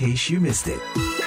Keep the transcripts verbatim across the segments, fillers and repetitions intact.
case you missed it.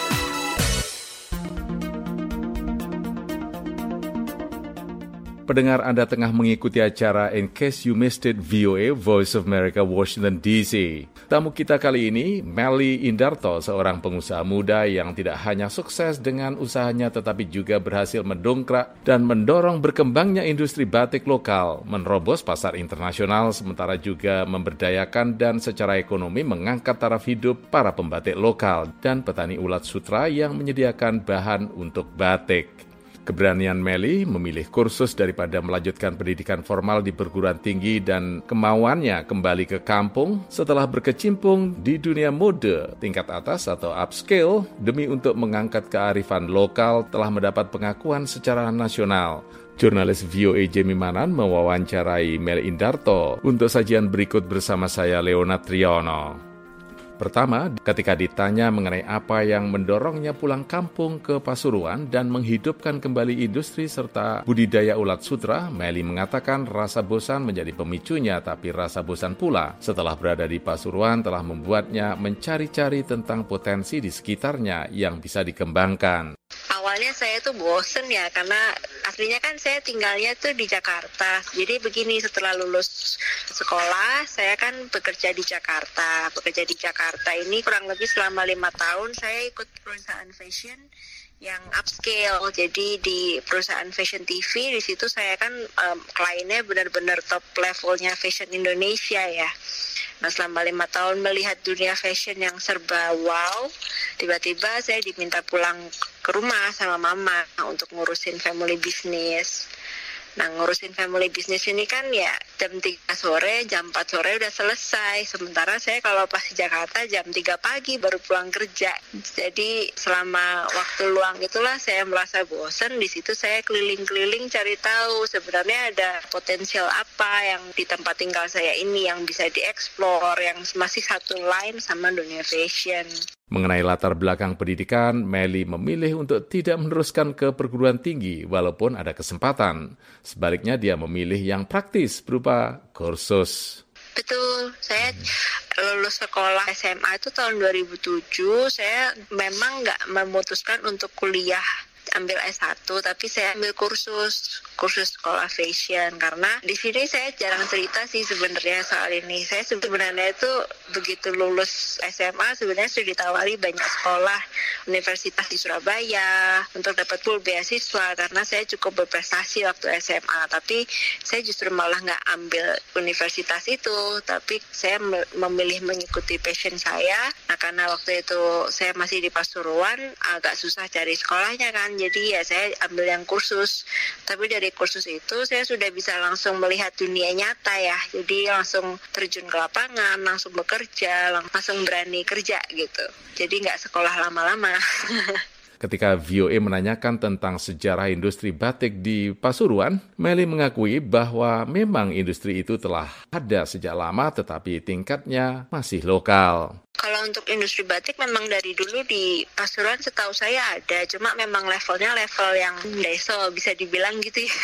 Pendengar, Anda tengah mengikuti acara In Case You Missed It V O A, Voice of America, Washington D C. Tamu kita kali ini, Melly Indarto, seorang pengusaha muda yang tidak hanya sukses dengan usahanya tetapi juga berhasil mendongkrak dan mendorong berkembangnya industri batik lokal, menerobos pasar internasional, sementara juga memberdayakan dan secara ekonomi mengangkat taraf hidup para pembatik lokal dan petani ulat sutra yang menyediakan bahan untuk batik. Keberanian Melly memilih kursus daripada melanjutkan pendidikan formal di perguruan tinggi dan kemauannya kembali ke kampung setelah berkecimpung di dunia mode tingkat atas atau upscale demi untuk mengangkat kearifan lokal telah mendapat pengakuan secara nasional. Jurnalis V O A Jamie Manan mewawancarai Melly Indarto untuk sajian berikut bersama saya Leonard Triono. Pertama, ketika ditanya mengenai apa yang mendorongnya pulang kampung ke Pasuruan dan menghidupkan kembali industri serta budidaya ulat sutra, Melly mengatakan rasa bosan menjadi pemicunya, tapi rasa bosan pula setelah berada di Pasuruan telah membuatnya mencari-cari tentang potensi di sekitarnya yang bisa dikembangkan. Awalnya saya tuh bosen ya, karena aslinya kan saya tinggalnya tuh di Jakarta. Jadi begini, setelah lulus sekolah, saya kan bekerja di Jakarta. Bekerja di Jakarta ini kurang lebih selama lima tahun saya ikut perusahaan fashion yang upscale. Jadi di perusahaan fashion T V, di situ saya kan um, kliennya benar-benar top levelnya fashion Indonesia ya. Nah, selama lima tahun melihat dunia fashion yang serba wow, tiba-tiba saya diminta pulang ke rumah sama mama untuk ngurusin family business. Nah, ngurusin family business ini kan ya jam tiga sore, jam empat sore udah selesai. Sementara saya kalau pas di Jakarta jam tiga pagi baru pulang kerja. Jadi selama waktu luang itulah saya merasa bosan. Di situ saya keliling-keliling cari tahu sebenarnya ada potensial apa yang di tempat tinggal saya ini yang bisa dieksplor, yang masih satu line sama dunia fashion. Mengenai latar belakang pendidikan, Melly memilih untuk tidak meneruskan ke perguruan tinggi walaupun ada kesempatan. Sebaliknya dia memilih yang praktis berupa kursus. Betul, saya lulus sekolah S M A itu tahun dua ribu tujuh, saya memang nggak memutuskan untuk kuliah ambil S satu, tapi saya ambil kursus kursus sekolah fashion karena di sini saya jarang cerita sih sebenarnya soal ini. Saya sebenarnya itu begitu lulus S M A sebenarnya sudah ditawari banyak sekolah universitas di Surabaya untuk dapat full beasiswa karena saya cukup berprestasi waktu S M A, tapi saya justru malah nggak ambil universitas itu, tapi saya memilih mengikuti passion saya. Nah, karena waktu itu saya masih di Pasuruan, agak susah cari sekolahnya kan. Jadi ya saya ambil yang kursus, tapi dari kursus itu saya sudah bisa langsung melihat dunia nyata ya, jadi langsung terjun ke lapangan, langsung bekerja, langsung berani kerja gitu, jadi nggak sekolah lama-lama. Ketika V O A menanyakan tentang sejarah industri batik di Pasuruan, Melly mengakui bahwa memang industri itu telah ada sejak lama tetapi tingkatnya masih lokal. Kalau untuk industri batik memang dari dulu di Pasuruan setahu saya ada, cuma memang levelnya level yang deso bisa dibilang gitu ya.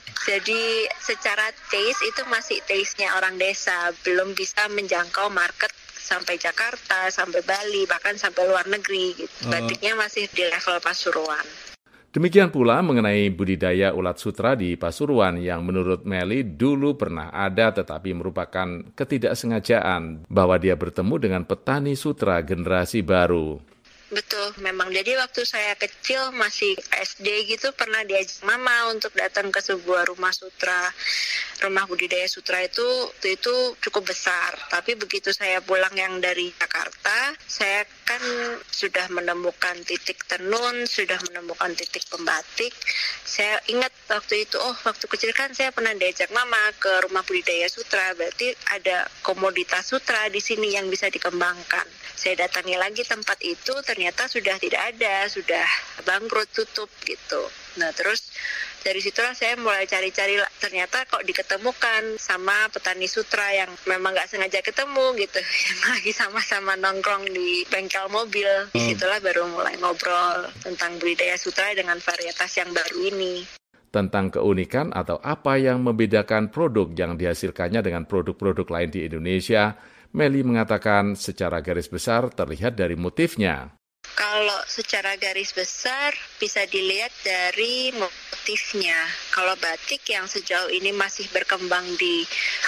Jadi secara taste itu masih taste-nya orang desa, belum bisa menjangkau market sampai Jakarta, sampai Bali, bahkan sampai luar negeri gitu. Batiknya masih di level Pasuruan. Demikian pula mengenai budidaya ulat sutra di Pasuruan yang menurut Melly dulu pernah ada tetapi merupakan ketidaksengajaan bahwa dia bertemu dengan petani sutra generasi baru. Betul, memang. Jadi waktu saya kecil masih S D gitu pernah diajak mama untuk datang ke sebuah rumah sutra. Rumah budidaya sutra itu itu, itu cukup besar. Tapi begitu saya pulang yang dari Jakarta, saya kan sudah menemukan titik tenun, sudah menemukan titik pembatik. Saya ingat waktu itu, oh waktu kecil kan saya pernah diajak mama ke rumah budidaya sutra. Berarti ada komoditas sutra di sini yang bisa dikembangkan. Saya datangi lagi tempat itu, ternyata sudah tidak ada, sudah bangkrut, tutup gitu. Nah terus dari situlah saya mulai cari-cari, ternyata kok diketemukan sama petani sutra yang memang nggak sengaja ketemu gitu, yang lagi sama-sama nongkrong di bengkel mobil. Disitulah baru mulai ngobrol tentang budidaya sutra dengan varietas yang baru ini. Tentang keunikan atau apa yang membedakan produk yang dihasilkannya dengan produk-produk lain di Indonesia, Melly mengatakan secara garis besar terlihat dari motifnya. Kalau secara garis besar bisa dilihat dari motifnya. Kalau batik yang sejauh ini masih berkembang di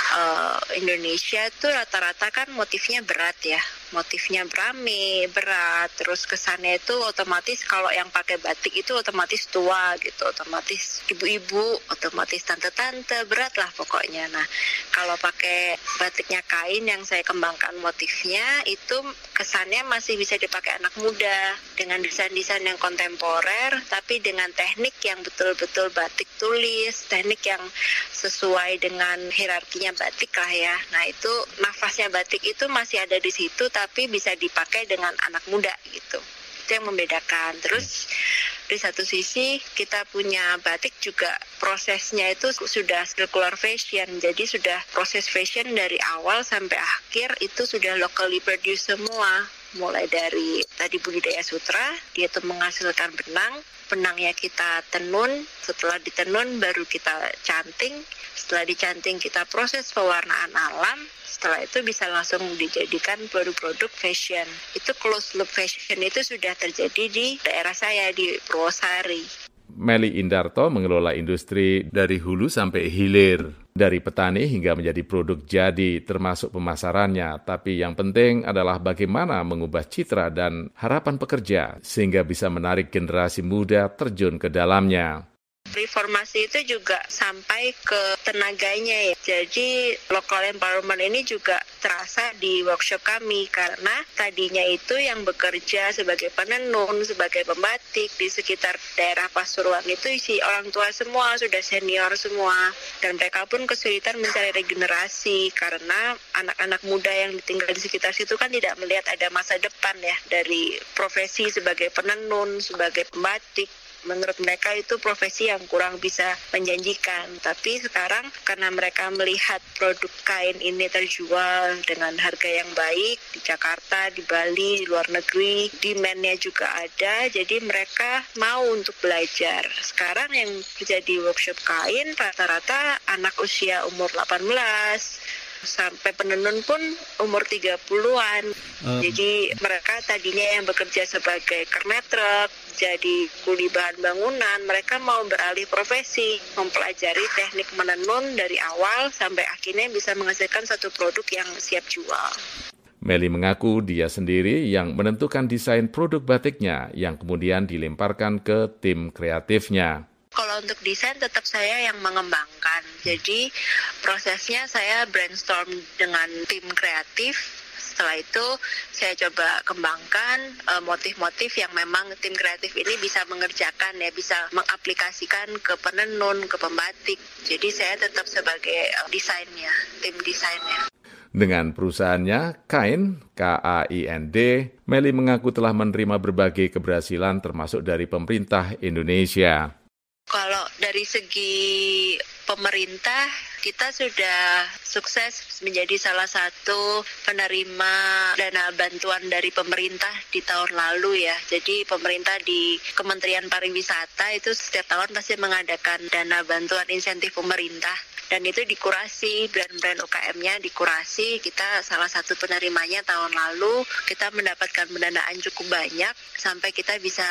uh, Indonesia itu rata-rata kan motifnya berat ya. Motifnya rame, berat, terus kesannya itu otomatis kalau yang pakai batik itu otomatis tua gitu, otomatis ibu-ibu, otomatis tante-tante, berat lah pokoknya. Nah, kalau pakai batiknya kain yang saya kembangkan motifnya itu kesannya masih bisa dipakai anak muda dengan desain-desain yang kontemporer, tapi dengan teknik yang betul-betul batik tulis, teknik yang sesuai dengan hierarkinya batik lah ya. Nah, itu nafasnya batik itu masih ada di situ, tapi bisa dipakai dengan anak muda gitu. Itu yang membedakan. Terus di satu sisi kita punya batik juga prosesnya itu sudah circular fashion. Jadi sudah proses fashion dari awal sampai akhir itu sudah locally produced semua. Mulai dari tadi budidaya sutra, dia tuh menghasilkan benang, benangnya kita tenun, setelah ditenun baru kita canting, setelah dicanting kita proses pewarnaan alam, setelah itu bisa langsung dijadikan produk-produk fashion. Itu closed loop fashion itu sudah terjadi di daerah saya di Purwosari. Melly Indarto mengelola industri dari hulu sampai hilir, dari petani hingga menjadi produk jadi, termasuk pemasarannya. Tapi yang penting adalah bagaimana mengubah citra dan harapan pekerja sehingga bisa menarik generasi muda terjun ke dalamnya. Reformasi itu juga sampai ke tenaganya ya. Jadi local empowerment ini juga terasa di workshop kami karena tadinya itu yang bekerja sebagai penenun, sebagai pembatik di sekitar daerah Pasuruan itu isi orang tua semua, sudah senior semua. Dan mereka pun kesulitan mencari regenerasi karena anak-anak muda yang tinggal di sekitar situ kan tidak melihat ada masa depan ya dari profesi sebagai penenun, sebagai pembatik. Menurut mereka itu profesi yang kurang bisa menjanjikan. Tapi sekarang karena mereka melihat produk kain ini terjual dengan harga yang baik di Jakarta, di Bali, di luar negeri, demand-nya juga ada, jadi mereka mau untuk belajar. Sekarang yang kerja di workshop kain rata-rata anak usia umur delapan belas sampai penenun pun umur tiga puluhan. Um. Jadi mereka tadinya yang bekerja sebagai kernet truk, jadi kuli bahan bangunan, mereka mau beralih profesi, mempelajari teknik menenun dari awal sampai akhirnya bisa menghasilkan satu produk yang siap jual. Melly mengaku dia sendiri yang menentukan desain produk batiknya yang kemudian dilemparkan ke tim kreatifnya. Kalau untuk desain tetap saya yang mengembangkan. Jadi prosesnya saya brainstorm dengan tim kreatif. Setelah itu saya coba kembangkan uh, motif-motif yang memang tim kreatif ini bisa mengerjakan ya, bisa mengaplikasikan ke penenun, ke pembatik. Jadi saya tetap sebagai uh, desainnya, tim desainnya. Dengan perusahaannya Kain, K A I N D, Melly mengaku telah menerima berbagai keberhasilan termasuk dari pemerintah Indonesia. Kalau dari segi pemerintah, kita sudah sukses menjadi salah satu penerima dana bantuan dari pemerintah di tahun lalu ya. Jadi pemerintah di Kementerian Pariwisata itu setiap tahun pasti mengadakan dana bantuan insentif pemerintah. Dan itu dikurasi, brand-brand U K M-nya dikurasi, kita salah satu penerimanya tahun lalu, kita mendapatkan pendanaan cukup banyak, sampai kita bisa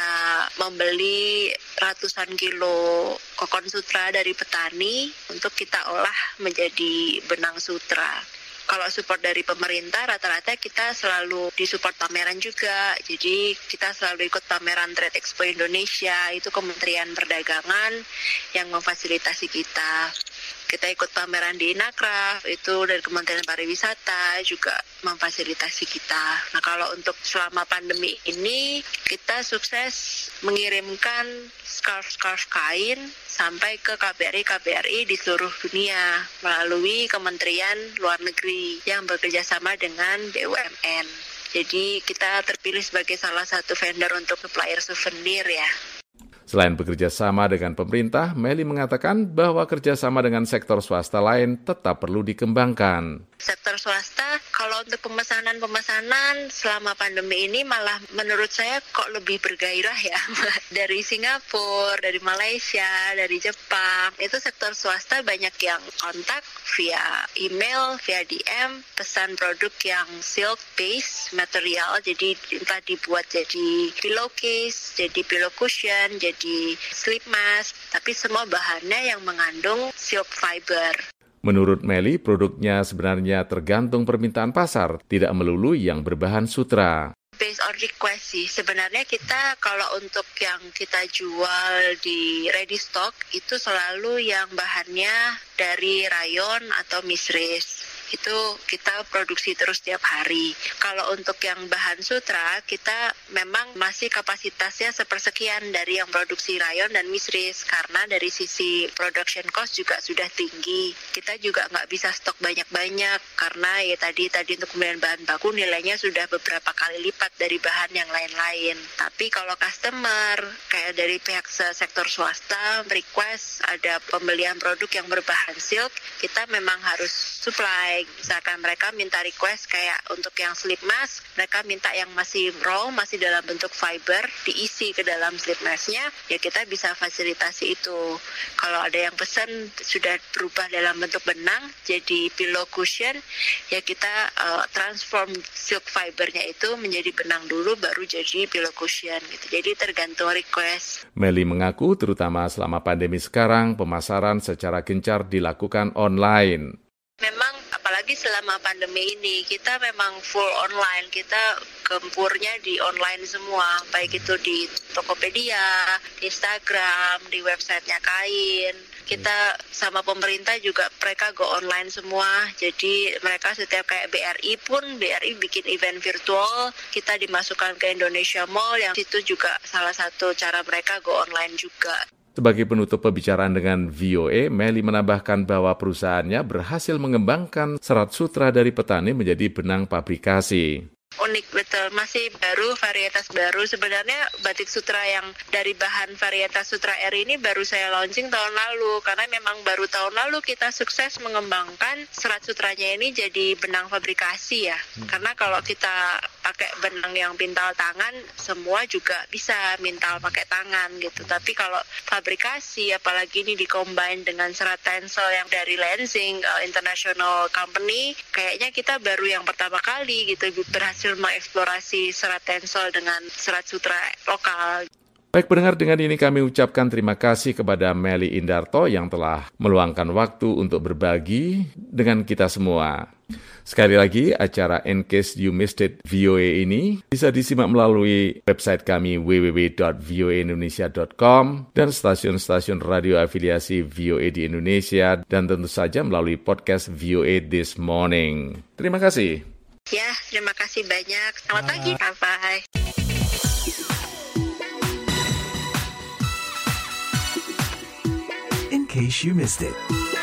membeli ratusan kilo kokon sutra dari petani, untuk kita olah menjadi benang sutra. Kalau support dari pemerintah, rata-rata kita selalu disupport pameran juga. Jadi kita selalu ikut pameran Trade Expo Indonesia, itu Kementerian Perdagangan yang memfasilitasi kita. Kita ikut pameran di Inakraf, itu dari Kementerian Pariwisata juga memfasilitasi kita. Nah, kalau untuk selama pandemi ini, kita sukses mengirimkan scarf-scarf kain sampai ke K B R I-K B R I di seluruh dunia melalui Kementerian Luar Negeri yang bekerja sama dengan B U M N. Jadi kita terpilih sebagai salah satu vendor untuk supplier souvenir ya. Selain bekerja sama dengan pemerintah, Melly mengatakan bahwa kerjasama dengan sektor swasta lain tetap perlu dikembangkan. Sektor swasta Kalau untuk pemesanan-pemesanan selama pandemi ini malah menurut saya kok lebih bergairah ya. Dari Singapura, dari Malaysia, dari Jepang. Itu sektor swasta banyak yang kontak via email, via D M, pesan produk yang silk base material. Jadi entah dibuat jadi pillowcase, jadi pillow cushion, jadi sleep mask. Tapi semua bahannya yang mengandung silk fiber. Menurut Melly, produknya sebenarnya tergantung permintaan pasar, tidak melulu yang berbahan sutra. Based on request sih, sebenarnya kita kalau untuk yang kita jual di ready stock, itu selalu yang bahannya dari rayon atau misris. Itu kita produksi terus tiap hari. Kalau untuk yang bahan sutra, kita memang masih kapasitasnya sepersekian dari yang produksi rayon dan misris, karena dari sisi production cost juga sudah tinggi. Kita juga nggak bisa stok banyak-banyak, karena ya tadi tadi untuk pembelian bahan baku nilainya sudah beberapa kali lipat dari bahan yang lain-lain. Tapi kalau customer, kayak dari pihak sektor swasta, request ada pembelian produk yang berbahan silk, kita memang harus supply. Misalkan mereka minta request kayak untuk yang sleep mask, mereka minta yang masih raw, masih dalam bentuk fiber, diisi ke dalam sleep masknya, ya kita bisa fasilitasi itu. Kalau ada yang pesan sudah berubah dalam bentuk benang, jadi pillow cushion, ya kita uh, transform silk fibernya itu menjadi benang dulu, baru jadi pillow cushion gitu. Jadi tergantung request. Melly mengaku terutama selama pandemi sekarang, pemasaran secara gencar dilakukan online. Memang apalagi selama pandemi ini kita memang full online, kita gempurnya di online semua, baik itu di Tokopedia, di Instagram, di websitenya Kain. Kita sama pemerintah juga mereka go online semua, jadi mereka setiap kayak B R I pun, B R I bikin event virtual, kita dimasukkan ke Indonesia Mall, yang itu juga salah satu cara mereka go online juga. Sebagai penutup pembicaraan dengan V O A, Melly menambahkan bahwa perusahaannya berhasil mengembangkan serat sutra dari petani menjadi benang pabrikasi. Unik betul, masih baru, varietas baru. Sebenarnya batik sutra yang dari bahan varietas sutra R ini baru saya launching tahun lalu, karena memang baru tahun lalu kita sukses mengembangkan serat sutranya ini jadi benang fabrikasi ya. Hmm. Karena kalau kita pakai benang yang pintal tangan, semua juga bisa mintal pakai tangan gitu. Tapi kalau fabrikasi, apalagi ini dikombin dengan serat tensel yang dari Lenzing, uh, international company, kayaknya kita baru yang pertama kali gitu berhasil mengeksplorasi serat tensel dengan serat sutra lokal. Baik pendengar, dengan ini kami ucapkan terima kasih kepada Melly Indarto yang telah meluangkan waktu untuk berbagi dengan kita semua. Sekali lagi, acara In Case You Missed It V O A ini bisa disimak melalui website kami w w w dot v o a indonesia dot com dan stasiun-stasiun radio afiliasi V O A di Indonesia, dan tentu saja melalui podcast V O A This Morning. Terima kasih. Ya, terima kasih banyak. Selamat Bye. Pagi. Bye-bye. In case you missed it.